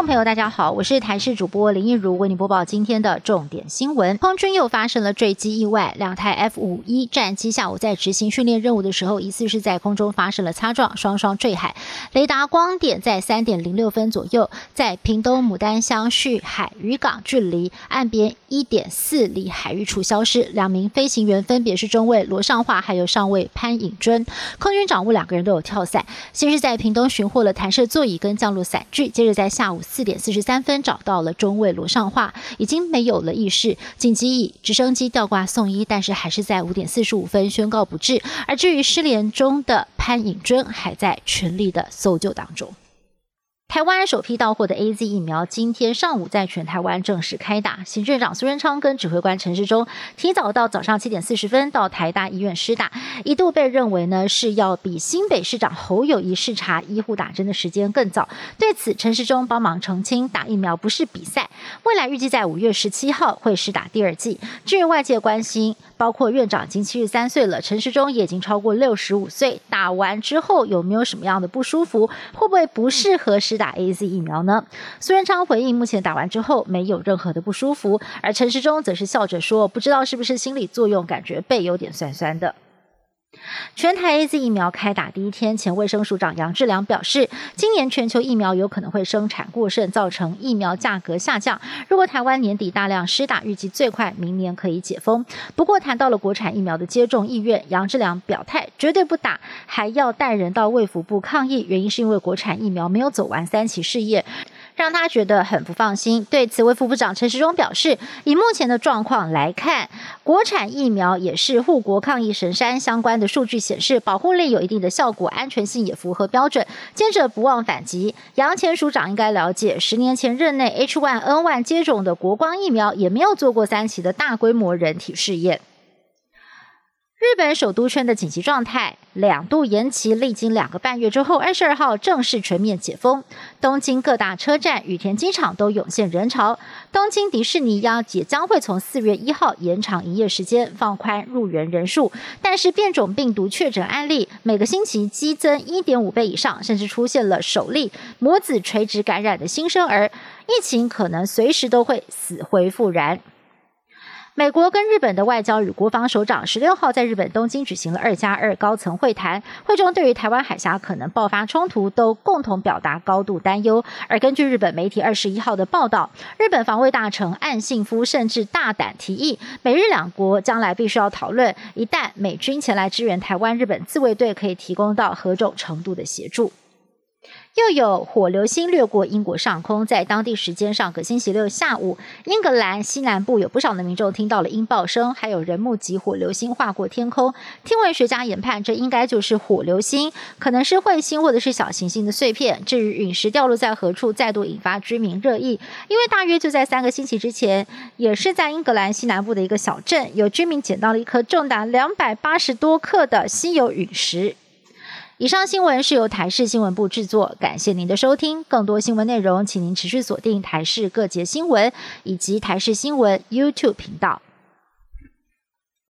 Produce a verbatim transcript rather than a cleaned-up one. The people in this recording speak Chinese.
朋友大家好，我是台视主播林益如，为您播报今天的重点新闻。空军又发生了坠机意外，两台 F 五十一 战机下午在执行训练任务的时候，疑似是在空中发生了擦撞，双双坠海。雷达光点在三点零六分左右，在屏东牡丹乡旭海渔港距离岸边 一点四里海域处消失，两名飞行员分别是中尉罗尚化还有上尉潘颖尊。空军长务两个人都有跳伞，先是在屏东寻获了弹射座椅跟降落伞具，接着在下午四点四十三分找到了中尉罗尚化，已经没有了意识，紧急以直升机吊挂送医，但是还是在五点四十五分宣告不治。而至于失联中的潘颖尊，还在全力的搜救当中。台湾首批到货的 A Z 疫苗今天上午在全台湾正式开打，行政长苏贞昌跟指挥官陈时中提早到早上七点四十分到台大医院施打，一度被认为呢是要比新北市长侯友宜视察医护打针的时间更早。对此，陈时中帮忙澄清，打疫苗不是比赛，未来预计在五月十七号会施打第二剂。至于外界关心，包括院长已经七十三岁了，陈时中也已经超过六十五岁，打完之后有没有什么样的不舒服，会不会不适合施打 A Z 疫苗呢？苏贞昌回应，目前打完之后没有任何的不舒服，而陈时中则是笑着说，不知道是不是心理作用，感觉背有点酸酸的。全台 A Z 疫苗开打第一天，前卫生署长杨志良表示，今年全球疫苗有可能会生产过剩，造成疫苗价格下降。如果台湾年底大量施打，预计最快明年可以解封。不过谈到了国产疫苗的接种意愿，杨志良表态绝对不打，还要带人到卫福部抗议，原因是因为国产疫苗没有走完三期试验，让他觉得很不放心。对此，卫福部长陈时中表示，以目前的状况来看，国产疫苗也是护国抗疫神山，相关的数据显示保护力有一定的效果，安全性也符合标准。接着不忘反击，杨前署长应该了解，十年前任内 H 一 N 一 接种的国光疫苗也没有做过三期的大规模人体试验。日本首都圈的紧急状态两度延期，历经两个半月之后，二十二号正式全面解封。东京各大车站、羽田机场都涌现人潮。东京迪士尼也将会从四月一号延长营业时间，放宽入园人数。但是变种病毒确诊案例每个星期激增 一点五倍以上，甚至出现了首例母子垂直感染的新生儿，疫情可能随时都会死灰复燃。美国跟日本的外交与国防首长十六号在日本东京举行了二加二高层会谈，会中对于台湾海峡可能爆发冲突都共同表达高度担忧。而根据日本媒体二十一号的报道，日本防卫大臣岸信夫甚至大胆提议，美日两国将来必须要讨论，一旦美军前来支援台湾，日本自卫队可以提供到何种程度的协助。又有火流星掠过英国上空，在当地时间上个星期六下午，英格兰西南部有不少的民众听到了音爆声，还有人目击火流星划过天空。天文学家研判，这应该就是火流星，可能是彗星或者是小行星的碎片。至于陨石掉落在何处，再度引发居民热议，因为大约就在三个星期之前，也是在英格兰西南部的一个小镇，有居民捡到了一颗重达两百八十多克的稀有陨石。以上新闻是由台视新闻部制作，感谢您的收听。更多新闻内容，请您持续锁定台视各节新闻以及台视新闻 YouTube 频道。